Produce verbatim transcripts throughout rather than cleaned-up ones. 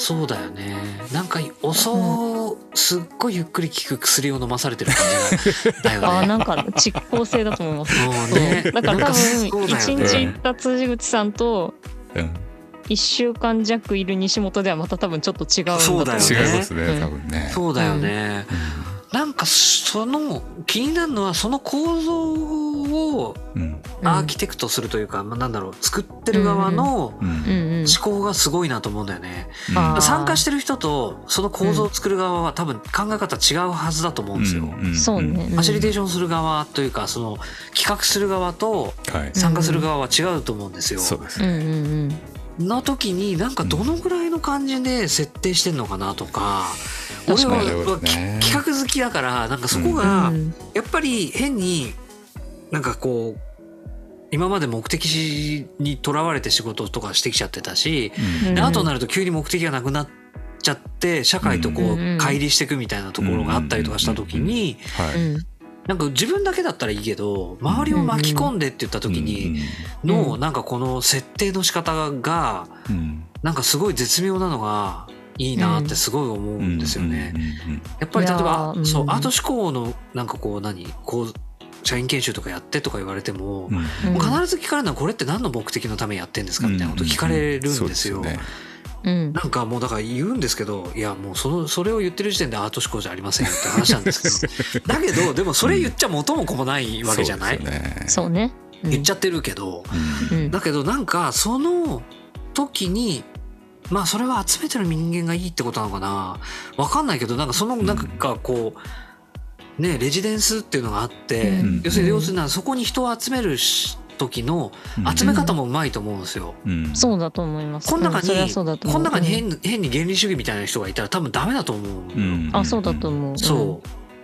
そうだよね。なんか遅、うん、すっごいゆっくり効く薬を飲まされてる感じがだよね。 あ、なんか蓄光性だと思います。 もうね、 だから多分いちにちね、 行った辻口さんといっしゅうかん弱いる西本ではまた多分ちょっと違うんだと思う。 そうだよね。 違いますね、多分ね。 そうだよね。うんなんかその気になるのはその構造をアーキテクトするというか、うん、なんだろう作ってる側の思考がすごいなと思うんだよね、うんうん、参加してる人とその構造を作る側は多分考え方違うはずだと思うんですよ、 うんうん、そうね、 ファシリテーションする側というかその企画する側と参加する側は違うと思うんですよ、 そうです、 うんうんうん、の時になんかどのぐらいの感じで設定してんのかなとか、うん、俺は企画好きだからなんかそこがやっぱり変になんかこう今まで目的にとらわれて仕事とかしてきちゃってたし、で後になると急に目的がなくなっちゃって社会とこう乖離していくみたいなところがあったりとかした時になんか自分だけだったらいいけど周りを巻き込んでって言った時にのなんかこの設定の仕方がなんかすごい絶妙なのがいいなってすごい思うんですよね。やっぱり例えばそうアート思考のなんかこう何こう社員研修とかやってとか言われても、うん、必ず聞かれるのはこれって何の目的のためにやってんですかみたいなこと聞かれるんですよ。なんかもうだから言うんですけどいやもうそのそれを言ってる時点でアート思考じゃありませんよって話なんですけどだけどでもそれ言っちゃ元も子もないわけじゃない、うん、 そうね、 うん、言っちゃってるけど、うん、だけどなんかその時にまあそれは集めてる人間がいいってことなのかなわかんないけどなんかそのなんかこうね、レジデンスっていうのがあって、うん、要するに要するにそこに人を集める時の集め方もうまいと思うんですよ、 うん、そうだと思います。 この中に、 うん、 この中に 変, 変に原理主義みたいな人がいたら多分ダメだと思う、うん、 あそうだと思う。 そう、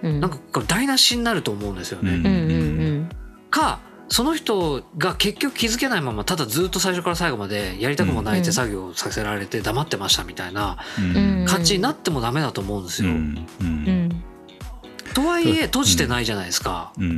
うん、なんか台無しになると思うんですよね、 うんうんうん、かその人が結局気づけないままただずっと最初から最後までやりたくもないって作業させられて黙ってましたみたいな感じになってもダメだと思うんですよ、うんうんとはいえ閉じてないじゃないですか、うん、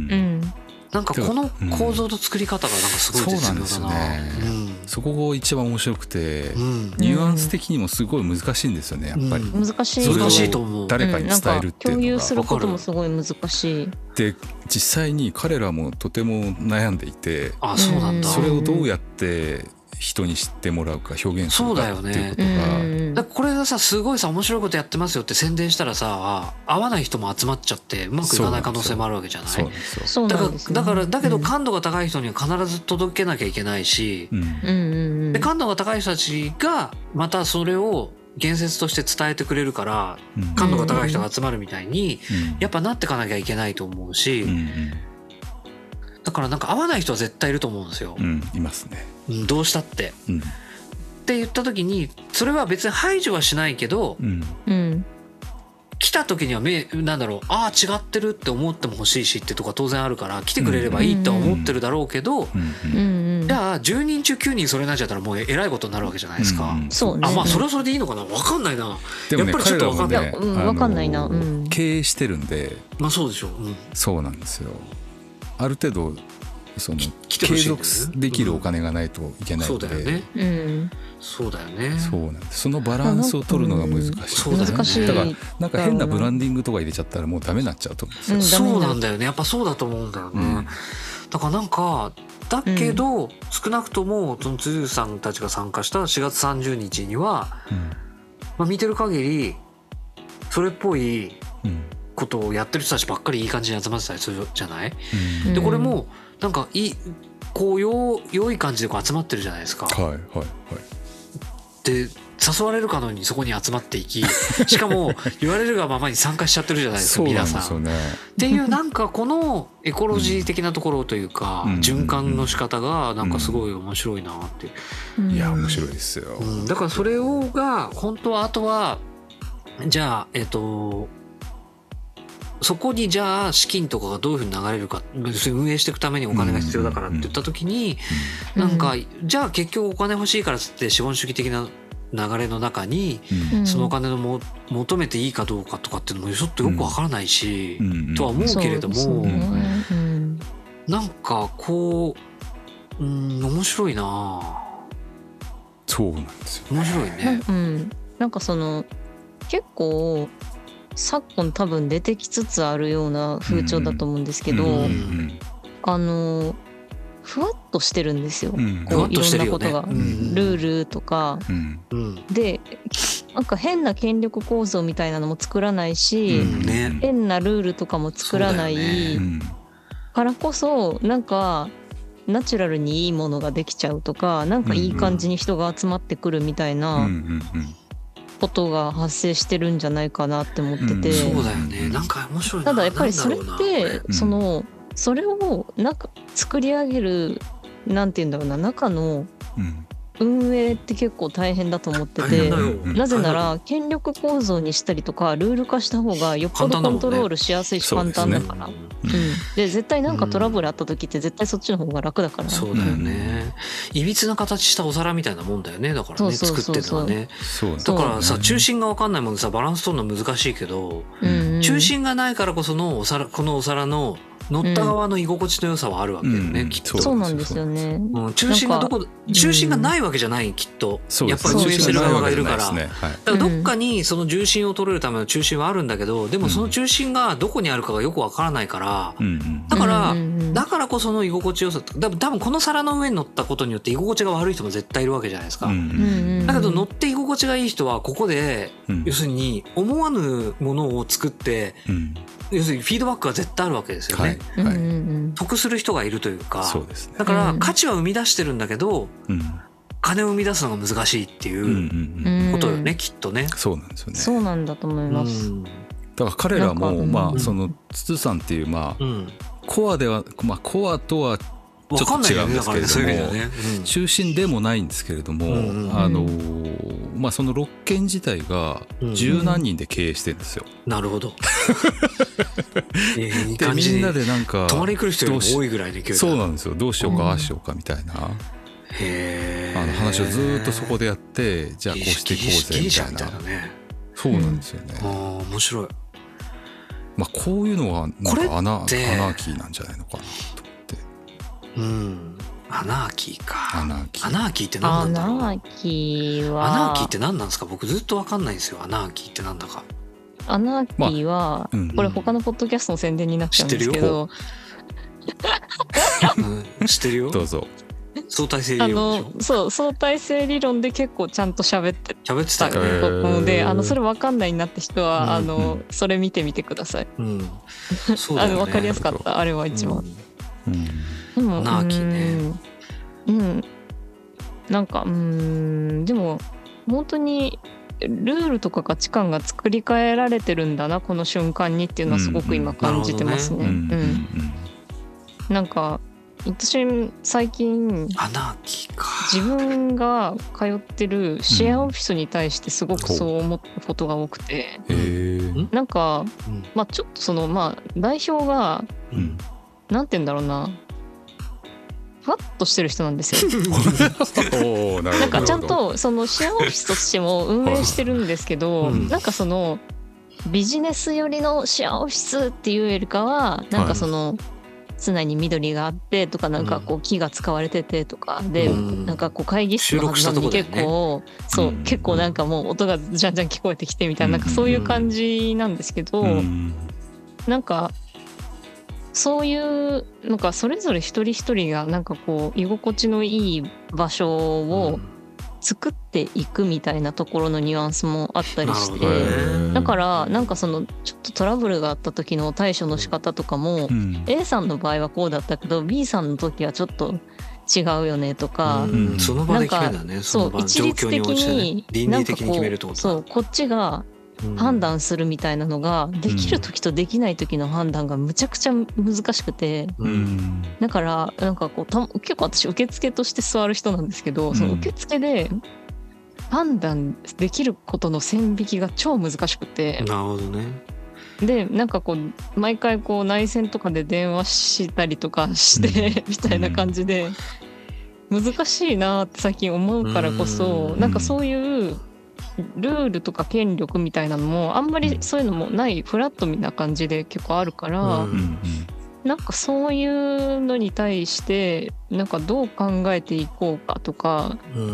なんかこの構造と作り方がなんかすごい絶妙だな、 そうなんですよね、うん、そこが一番面白くて、うん、ニュアンス的にもすごい難しいんですよねやっぱり、 うん、難しい難しいと思う。 誰かに伝えるっていうのが、 共有することもすごい難しいで実際に彼らもとても悩んでいて、 あ、そうなんだ。 それをどうやって人に知ってもらうか表現するかっていうことが、 ね、だこれがさすごいさ面白いことやってますよって宣伝したらさ合わない人も集まっちゃってうまくいかない可能性もあるわけじゃない。 そうなんですよ。 だからだけど感度が高い人には必ず届けなきゃいけないし、うん、で感度が高い人たちがまたそれを言説として伝えてくれるから感度が高い人が集まるみたいにやっぱなってかなきゃいけないと思うし、だからなんか合わない人は絶対いると思うんですよ、 うん、いますね、 うん、どうしたって、うん、って言った時にそれは別に排除はしないけど、うんうん、来た時には目なんだろうああ違ってるって思っても欲しいしってとか当然あるから来てくれればいいとは思ってるだろうけど、うんうん、じゃあじゅうにん中きゅうにんそれになっちゃったらもうえらいことになるわけじゃないですか、うん、 そうね、 あまあそれはそれでいいのかな分かんないな。 でもね、 やっぱりちょっと分かんない、 ね、 うん、分かんないな、うん、 経営してるんで、 まあそうでしょう、うん、 そうなんですよ。ある程度その継続できるお金がないといけないので、うん、そうだよね、うん、 そうだよね。 そうなんです。そのバランスを取るのが難しい、うん、 そうだよね。難しい。 だからなんか変なブランディングとか入れちゃったらもうダメになっちゃうと思うんですよ、 うん、そうなんだよね。やっぱそうだと思うんだよね、うん、だからなんかだけど、うん、少なくともその辻口さんたちが参加したしがつさんじゅうにちには、うんまあ、見てる限りそれっぽいことをやってる人たちばっかりいい感じに集まってたりするじゃない、うん、でこれもなんかいいこうよ良い感じでこう集まってるじゃないですか。 はいはいはい。 で誘われるかのようにそこに集まっていきしかも言われるがままに参加しちゃってるじゃないですか皆さん。 そうなんですよね。 っていうなんかこのエコロジー的なところというか、うん、循環の仕方がなんかすごい面白いなって、 うん、いや面白いですよ、 うん、だからそれをが本当はあとはじゃあえっとそこにじゃあ資金とかがどういうふうに流れるか運営していくためにお金が必要だからって言った時になんかじゃあ結局お金欲しいからっつって資本主義的な流れの中にそのお金のも求めていいかどうかとかっていうのもちょっとよくわからないしとは思うけれどもなんかこううん面白いな。 そうなんですよ。 面白いね。 なんかその結構昨今多分出てきつつあるような風潮だと思うんですけど、うんうん、あのふわっとしてるんですよ、うん、こういろんなことが、ね、うん、ルールとか、うん、でなんか変な権力構造みたいなのも作らないし、うんね、変なルールとかも作らない、ね、うん、からこそなんかナチュラルにいいものができちゃうとか、なんかいい感じに人が集まってくるみたいなことが発生してるんじゃないかなって思ってて、うん、 そうだよね。なんか面白いな。 ただやっぱりそれってそのそれをなんか作り上げるなんていうんだろうな、中の運営って結構大変だと思ってて、なぜなら権力構造にしたりとかルール化した方がよっぽどコントロールしやすいし簡単だから、うん、で絶対なんかトラブルあった時って絶対そっちの方が楽だから、 そうだよね。いびつな形したお皿みたいなもんだよね。だからね、作ってるのはね。だからさ、中心が分かんないもんでさ、バランス取るの難しいけど、中心がないからこそのお皿、このお皿の乗った側の居心地の良さはあるわけよね、うん、きっと。 そうなんですよね、 うん、中心がどこ中心がないわけじゃない、きっと、うん、やっぱり運営してる側がいるから、だからどっかにその重心を取れるための中心はあるんだけど、でもその中心がどこにあるかがよくわからないから、うん、だからだからこその居心地良さ、多分この皿の上に乗ったことによって居心地が悪い人も絶対いるわけじゃないですか、うん、だけど乗って居心地がいい人はここで、うん、要するに思わぬものを作って、うん、要するにフィードバックが絶対あるわけですよね、はいはい、得する人がいるというか、そうですね、だから価値は生み出してるんだけど、うん、金を生み出すのが難しいっていうことよね、うん、きっとね。 そうなんですよね。 そうなんだと思います、うん、 だから彼らもまあその筒さんっていうまあ、うん、コアではまあコアとはちょっと違うんですけれども、ねうん、中心でもないんですけれども、うんうん、あのまあそのろっけん自体が十何人で経営してるんですよ、 うん、なるほどえー、いい感じでみんなでなんか泊まりに来る人よりも多いぐらいでそうなんですよ。どうしようかああしようかみたいな、うん、へあの話をずっとそこでやって、じゃあこうしていこうぜみたいな、たいな、ね、そうなんですよね、 うん、あ面白い。 まあこういうのはなんかアナ、アナーキーなんじゃないのかなと。 うん、アナーキーか。 アナーキー。 アナーキーって何なんだろう。 アナーキーはアナーキーって何なんですか。僕ずっと分かんないんですよ。アナーキーってなんだか。 アナーキーは、まあうん、これ他のポッドキャストの宣伝になっちゃうんですけど、 うん、知ってるよ。 どうぞ。 相対性理論でしょ。 あのそう相対性理論で結構ちゃんと喋って喋ってたので、あのそれ分かんないなって人は、うん、あのそれ見てみてください。うん、そうだよね、あの分かりやすかったあれは一番。うんうんでもアナーキーね、 うん、うん、なんかうんでも本当にルールとか価値観が作り変えられてるんだなこの瞬間にっていうのはすごく今感じてますね。うん、うん、なんか私最近アナーキーか自分が通ってるシェアオフィスに対してすごくそう思ったことが多くて、うん、なんか、まあ、ちょっとそのまあ代表が、うん、なんて言うんだろうなふわっとしてる人なんですよなんかちゃんとそのシェアオフィスとしても運営してるんですけど、うん、なんかそのビジネス寄りのシェアオフィスっていうよりかはなんかその、はい常に緑があってとかなんかこう木が使われててとかで、うん、なんかこう会議室のはずなのに結構、ね、そう、うん、結構なんかもう音がじゃんじゃん聞こえてきてみたいな、なんかそういう感じなんですけど、うん、なんかそういうなんかそれぞれ一人一人がなんかこう居心地のいい場所を作っていくみたいなところのニュアンスもあったりして、だからなんかそのちょっとトラブルがあった時の対処の仕方とかも、うん、A さんの場合はこうだったけど B さんの時はちょっと違うよねとか、 うん、その場で決めるんだね。その場一律的に倫理的に決めるってことだ。 そうこっちが判断するみたいなのができる時とできない時の判断がむちゃくちゃ難しくて、うん、だからなんかこうた結構私受付として座る人なんですけど、その受付で判断できることの線引きが超難しくて、 なるほどね。 でなんかこう毎回こう内線とかで電話したりとかして、うん、みたいな感じで難しいなって最近思うからこそ、なんかそういうルールとか権力みたいなのもあんまりそういうのもないフラットな感じで結構あるから、うん、なんかそういうのに対してなんかどう考えていこうかとか、うん、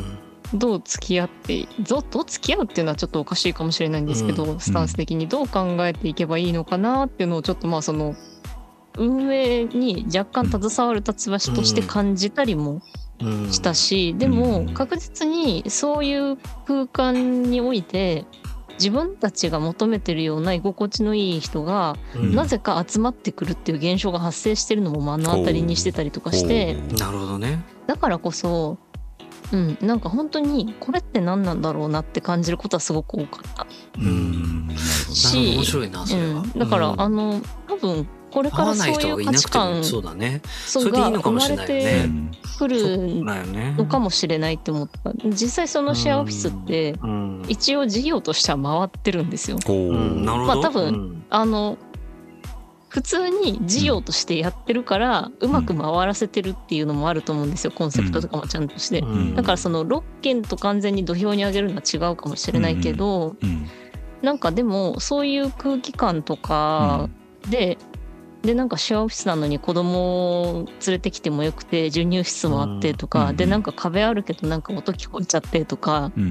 どう付き合ってどう付き合うっていうのはちょっとおかしいかもしれないんですけど、うん、スタンス的にどう考えていけばいいのかなっていうのをちょっとまあその運営に若干携わる立場として感じたりもしたし、でも確実にそういう空間において自分たちが求めてるような居心地のいい人がなぜか集まってくるっていう現象が発生してるのも目の当たりにしてたりとかして、 なるほどね。 だからこそ、うん、なんか本当にこれって何なんだろうなって感じることはすごく多かった。 うんし、面白いなそれは、うん、 だから、うん、あの多分これからそういう価値観そうだね、 それが生まれてくるのかもしれないって思った。実際そのシェアオフィスって一応事業としては回ってるんですよ。 うんなるほど。 まあ多分、うん、あの普通に事業としてやってるからうまく回らせてるっていうのもあると思うんですよ、コンセプトとかもちゃんとして、うん、だからそのろっけんと完全に土俵に上げるのは違うかもしれないけど、うんうん、なんかでもそういう空気感とかで、でなんかシェアオフィスなのに子供を連れてきてもよくて授乳室もあってとか、うん、でなんか壁あるけどなんか音聞こえちゃってとか、うん、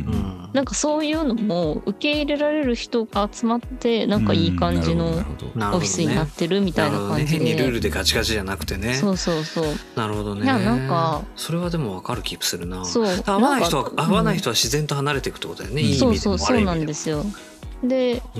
なんかそういうのも受け入れられる人が集まってなんかいい感じのオフィスになってるみたいな感じで、 ね、変にルールでガチガチじゃなくてね。 そうそうそう。 なるほどね。 いやなんかそれはでも分かる気するな。そう合わない人は合わない人は自然と離れていくってことだよね、うん、いい意味でも悪い意味でも。 そうそうそうなんですよ。で、うん、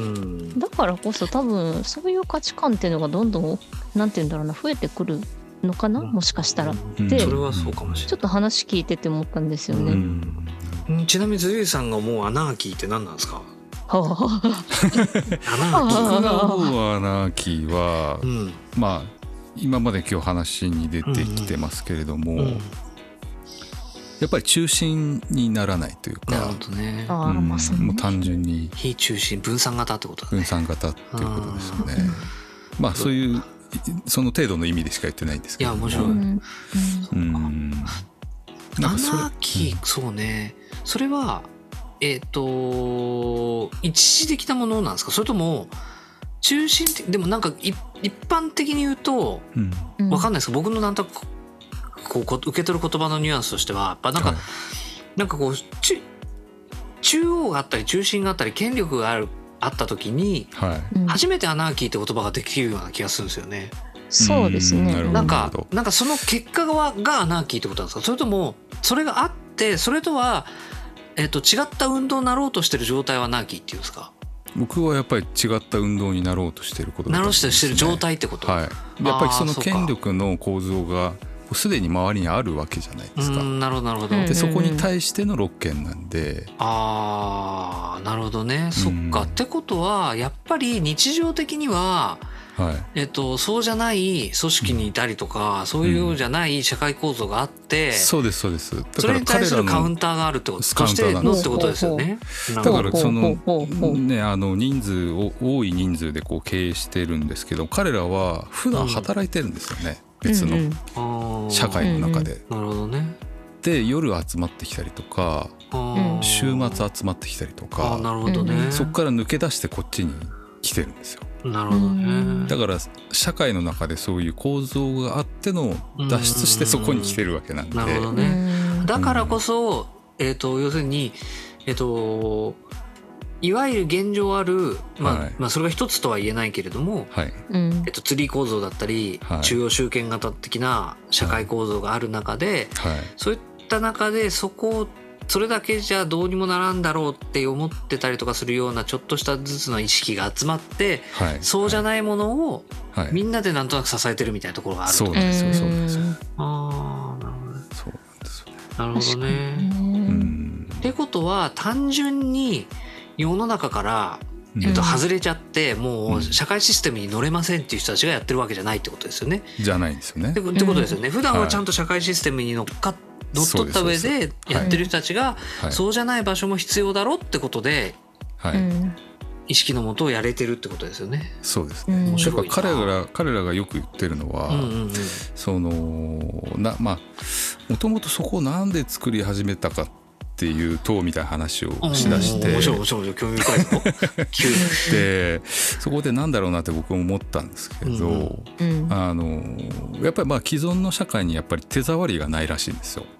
だからこそ多分そういう価値観っていうのがどんどんなんていうんだろうな増えてくるのかな、もしかしたら、 うん、でそれはそうかもしれない。 ちょっと話聞いてて思ったんですよね、 うん、ちなみにズユイさんが思うアナーキーって何なんですか？アナーキー僕が思うアナーキーは、うん、まあ今まで今日話に出てきてますけれども、うんうん、やっぱり中心にならないというか、 なるほどね、 あ、うんまあ、もう単純に非中心分散型ってことだね。 分散型っていうことですよね。まあそういうその程度の意味でしか言ってないんですけど、 いや面白い、うん、うんなんかそれアナーキー、うん、そうね、それはえっ、ー、と一時的なものなんですか、それとも中心的でもなんか一般的に言うと、うん、分かんないですけど、僕のなんとなくこう受け取る言葉のニュアンスとしてはやっぱなんか、はい、なんかこう中中央があったり中心があったり権力があるあった時に、はい、初めてアナーキーって言葉ができるような気がするんですよね。 そうですね。 なんかなんかその結果ががアナーキーってことなんですか、それともそれがあってそれとは、えー、と違った運動になろうとしてる状態はアナーキーっていうんですか？ 僕はやっぱり違った運動になろうとしてることだと思うんですね。 なろうとしてる状態ってこと、はい、 やっぱりその権力の構造がすでに周りにあるわけじゃないですか。 うん、なるほどなるほど。 でそこに対してのろっけんなんで、 ああなるほどね、そっか、うん、ってことはやっぱり日常的には、はいえっと、そうじゃない組織にいたりとか、うん、そういうじゃない社会構造があって、うん、 そうですそうです。だからそれに対するカウンターがあるってこととしてのってことですよね。 だからそのね、あの人数を多い人数でこう経営してるんですけど、彼らは普段働いてるんですよね、うん、別の社会の中で、 うんうん、なるほどね。 で夜集まってきたりとか週末集まってきたりとか、 あなるほどね、 そこから抜け出してこっちに来てるんですよ。 なるほどね。 だから社会の中でそういう構造があっての脱出してそこに来てるわけなんで。 なるほどね。だからこそ、えーと、要するに、えーと、いわゆる現状ある、まあはいまあ、それが一つとは言えないけれども、はいえーと、ツリー構造だったり、はい、中央集権型的な社会構造がある中で、はいはい、そういった中でそこをそれだけじゃどうにもならんだろうって思ってたりとかするようなちょっとしたずつの意識が集まって、はい、そうじゃないものをみんなでなんとなく支えてるみたいなところがあると。 そうですよそうですよ。 ああなるほど。 そうなんですよね。 なるほどね。うんってことは単純に世の中から、えっと、外れちゃってもう社会システムに乗れませんっていう人たちがやってるわけじゃないってことですよね。 じゃないんですよね。 ってことですよね。普段はちゃんと社会システムに乗っかって乗っ取った上でやってる人たちがそうじゃない場所も必要だろってことで意識のもとをやれてるってことですよね。 そうですね。面白いな。彼ら彼らがよく言ってるのは、うんうんうん、そのなまあもともとそこをなんで作り始めたかっていう党みたいな話をしだして、 面白い面白い興味深いぞでそこでなんだろうなって僕も思ったんですけど、うんうん、あのやっぱりまあ既存の社会にやっぱり手触りがないらしいんですよ。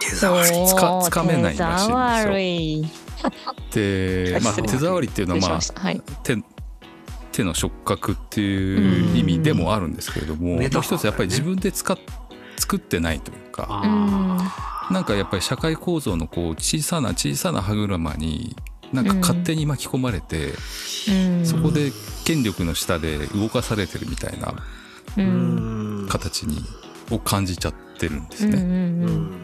手触りつかつかめないらしいん手触りで、まあ、手触りっていうのは、まあはい、手, 手の触覚っていう意味でもあるんですけれども、もう一つやっぱり自分で使っ作ってないというか、なんかやっぱり社会構造のこう小さな小さな歯車になんか勝手に巻き込まれて、うん、そこで権力の下で動かされてるみたいな形にを感じちゃってるんですね。うんうんうん、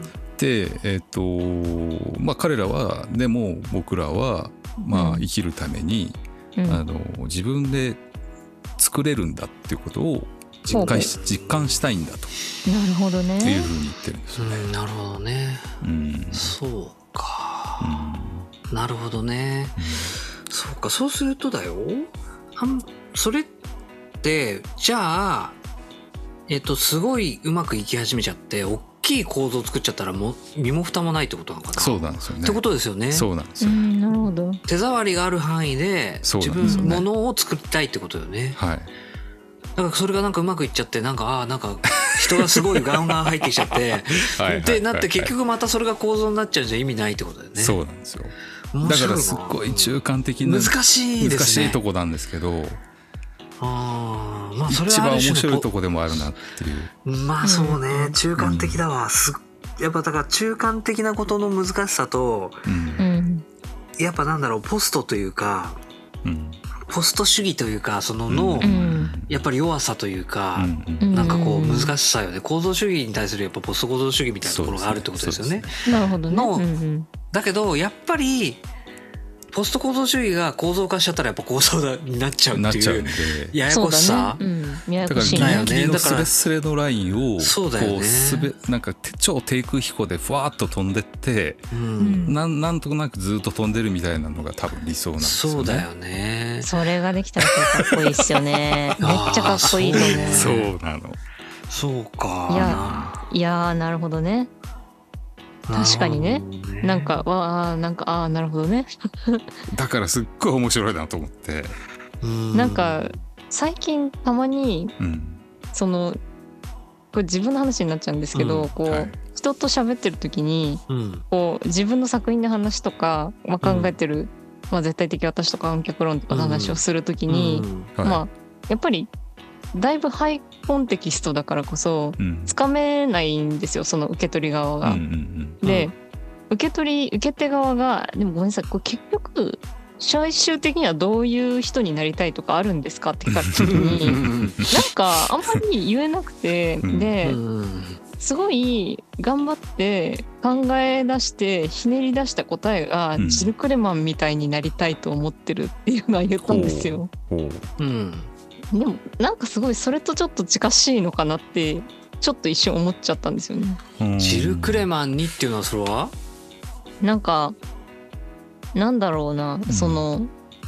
で、えーとまあ、彼らはでも僕らは、まあ、生きるために、うん、あの自分で作れるんだっていうことを実感し、実感したいんだと。 なるほどね。 っていうふうに言ってるんですよね。 うん、なるほどね。うん、そうか。うん、なるほどね。うん、そうか。そうするとだよ。それってじゃあ、えっとすごいうまくいき始めちゃって大きい構造を作っちゃったらもう身も蓋もないってことなのかな。 そうなんですよね。 ってことですよね。 そうなんですよ。 なるほど。 手触りがある範囲で自分ものを作りたいってことよね。 はい。 だからそれがなんかうまくいっちゃってなんかああなんか人がすごいガンガン入ってきちゃってでなって結局またそれが構造になっちゃうんじゃ意味ないってことだよね。 そうなんですよ。だからすっごい中間的な難しいですね。 難しいとこなんですけど、 あまあそれは一番面白いとこでもあるなっていう。 まあそうね、中間的だわ。すやっぱだから中間的なことの難しさと、うん、やっぱなんだろうポストというか、うん、ポスト主義というかそのの、うん、やっぱり弱さというか、うん、なんかこう難しさよね。構造主義に対するやっぱポスト構造主義みたいなところがあるってことですよね。 なるほどね。 の、 うんうん、 だけどやっぱりポスト構造主義が構造化しちゃったらやっぱ構造になっちゃうっていうややこしさ。 だね、 だからギリギリのスレスレのラインをそうだよね。 すべなんか超低空飛行でふわっと飛んでって、うん、な, なんとなくずっと飛んでるみたいなのが多分理想なんですよね。 そうだよね。 それができたらかっこいいっすよね。めっちゃかっこいいと思う。 そうなの。 そうか。 いやいやなるほどね。確かにね。なんかわあなんかああなるほどね。 だからすっごい面白いなと思って。 なんか最近たまに、うん、そのこれ自分の話になっちゃうんですけど、うん、こう、はい、人と喋ってる時に、うん、こう自分の作品の話とか、まあ、考えてる、うんまあ、絶対的私とか観客論とかの話をする時に、うんまあ、やっぱりだいぶハイコンテキストだからこそつかめないんですよ、その受け取り側が。うんうんうん、で受け取り受け手側がでもごめんなさいこれ結局最終的にはどういう人になりたいとかあるんですかって聞かれた時になんかあんまり言えなくてですごい頑張って考え出してひねり出した答えがジル・クレマンみたいになりたいと思ってるっていうのは言ったんですよ。うん、でもなんかすごいそれとちょっと近しいのかなってちょっと一瞬思っちゃったんですよね。 ジル・クレマンにっていうのはそれはなんかなんだろうな、うん、その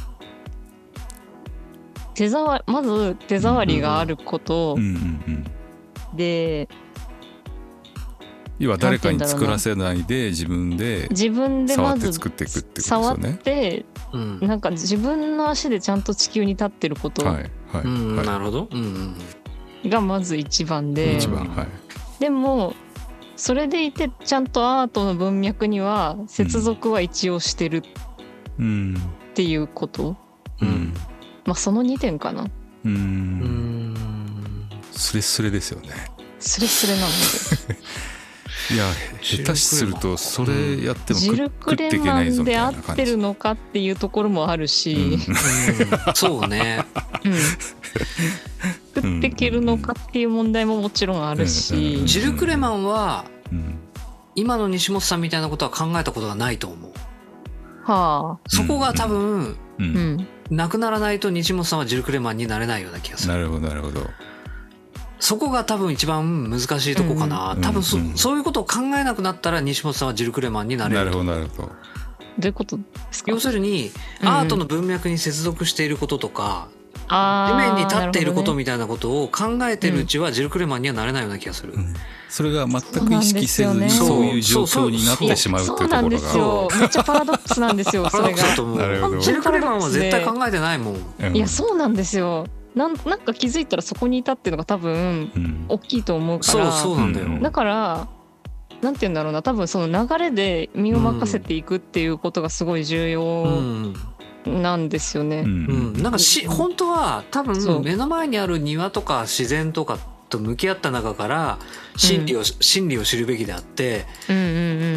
手触りまず手触りがあること、うんうんうんうん、で要は誰かに作らせないで自分で自分でまず作っていくってことですよね。 触って、うん、なんか自分の足でちゃんと地球に立ってること、はいはいうん、なるほど、うんうん、がまず一番で、 一番、はい、 でもそれでいてちゃんとアートの文脈には接続は一応してるっていうこと、うんうん、まあそのにてんかな。うーんスレスレですよね。 スレスレなんですよ。 いや下手するとそれやってもジル・クレマンで合ってるのかっていうところもあるし、うんうん、 そうね、 うん、食っていけるのかっていう問題ももちろんあるし、 うん、ジル・クレマンは今の西本さんみたいなことは考えたことがないと思う。はあ、そこが多分、うん、なくならないと西本さんはジル・クレマンになれないような気がする。 なるほどなるほど。 そこが多分一番難しいとこかな、うん、多分 そ,、うん、そういうことを考えなくなったら西本さんはジル・クレマンになれると。 なるほどなるほど。 どういうことですか。 要するにアートの文脈に接続していることとか、うん、地面に立っていることみたいなことを考えてるうちはジル・クレマンにはなれないような気がする、うん、 それが全く意識せずにそういう状況になってしまうっていうところが、そうなんですよ。 めっちゃパラドックスなんですよ。それがジル・クレマンは絶対考えてないもん、 うん、いやそうなんですよ。なん、なんか気づいたらそこにいたっていうのが多分大きいと思うから、 うん、そうそうなんだよ。 だからなんて言うんだろうな、多分その流れで身を任せていくっていうことがすごい重要なんですよね。 うんうん、なんかし本当は多分目の前にある庭とか自然とかと向き合った中から真理を、うん、真理を知るべきであって、うんうんうん、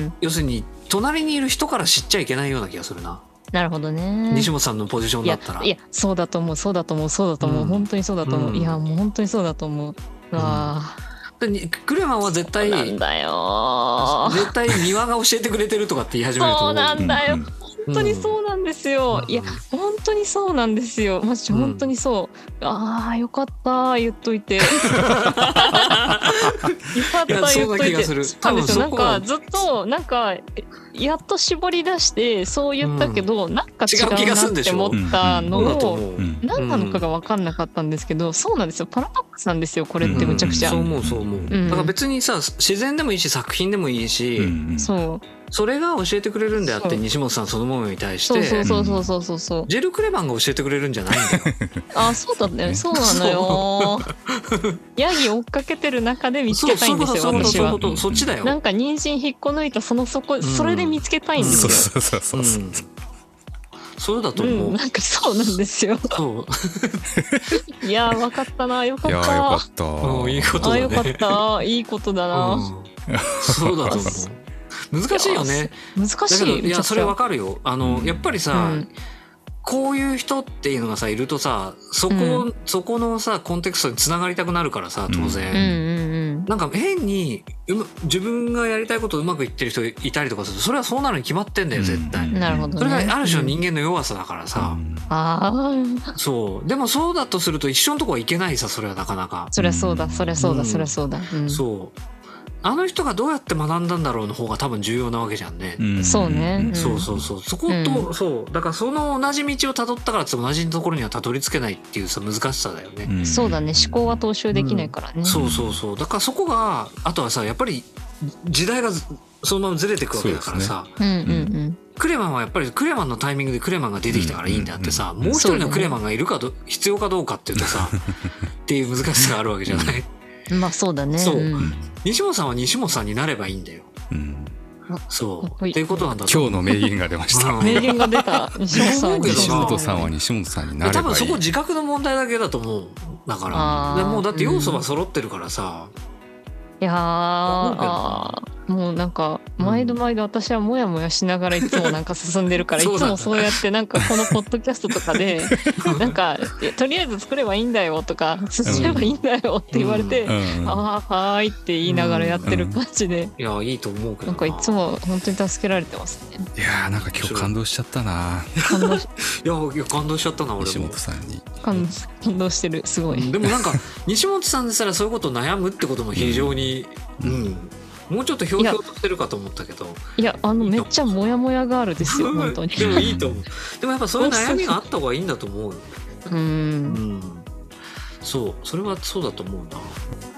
要するに隣にいる人から知っちゃいけないような気がするな。 なるほどね。 西本さんのポジションだったら。 いや、いやそうだと思うそうだと思うそうだと思う、うん、本当にそうだと思う、うん、いやもう本当にそうだと思う。うわ、 うん、クレマンは絶対なんだよ絶対庭が教えてくれてるとかって言い始めると思う。 そうなんだよ、本当にそうなんですよ、うん、いや本当にそうなんですよ、マジ本当にそう、うん、ああよかった言っといてよかった言っといて。そうなんですよ、なんかずっとなんかやっと絞り出してそう言ったけど、うん、なんか違うなって思ったのを何なのかが分かんなかったんですけど、そうなんですよ、パラドックスなんですよこれってむちゃくちゃ、 うん、そう思うそう思う、うん、だから別にさ自然でもいいし作品でもいいし、うん、そうそれが教えてくれるんであって西本さんそのものに対してそうそうそうそうそうそうジェル・クレマンが教えてくれるんじゃないんだよあそうだね、そうなのよヤギ追っかけてる中で見つけたいんですよ私は。 そっちだよ。 なんか妊娠引っこ抜いたそのそこ、うん、それで見つけたいんですよ。 そうそうそうそう、うん、 そうだと思う、 うん、なんかそうなんですよ。いや分かったな、よかった。いやよかった、 うん、いいことだね。 あよかったいいことだな、うん、 そうだと思う。難しいよね。難しい。 いやそれわかるよ。あの、うん、やっぱりさ、うん、こういう人っていうのがさいるとさそこ、うん、そこのさコンテクストにつながりたくなるからさ当然、うんうんうん、なんか変にう、ま、自分がやりたいことうまくいってる人いたりとかするとそれはそうなるに決まってんだよ絶対、うん、 なるほどね、 それがある種の人間の弱さだからさ、うん、あそうでもそうだとすると一緒のとこはいけないさそれはなかなか。 そりゃそうだそりゃそうだ、うん、そりゃそうだ、うん、 そうあの人がどうやって学んだんだろうの方が多分重要なわけじゃんね、 うん、そうね、 うん、そうそうそうそこと、うん、そうだからその同じ道をたどったからって同じところにはたどり着けないっていうさ難しさだよね、 うん、そうだね思考は踏襲できないからね、うん、 そうそうそうだからそこがあとはさやっぱり時代がそのままずれていくわけだからさ、う、ね、うんうんうん、クレマンはやっぱりクレマンのタイミングでクレマンが出てきたからいいんだってさ、うんうんうん、もう一人のクレマンがいるかど、ね、必要かどうかっていうとさっていう難しさがあるわけじゃない。 まあそうだね。そう、うん、 西本さんは西本さんになればいいんだよ。うん、そうっていうことなんだ。 今日の名言が出ました。 名言が出た。西本さんは西本さんは西本さんになればいい。 多分そこ自覚の問題だけだと思う。だからでもうだって要素が揃ってるからさ。 うん、いやあもうなんか毎度毎度私はモヤモヤしながらいつもなんか進んでるから、いつもそうやってなんかこのポッドキャストとかでなんかとりあえず作ればいいんだよとか進めばいいんだよって言われて、うん、ああはーいって言いながらやってる感じで、 いやいいと思うけどなんかいつも本当に助けられてますね。 いやなんか今日感動しちゃったな。 感動しいやいや感動しちゃったな俺も。 西本さんに感感動してるすごい。 でもなんか西本さんでしたらそういうこと悩むってことも非常に、うんうん、もうちょっとひょうひょうとしてるかと思ったけど、 いやあのめっちゃモヤモヤガールですよ本当に。 でもいいと思う。でもやっぱそういう悩みがあった方がいいんだと思うよ。うん、うん、そうそれはそうだと思うな。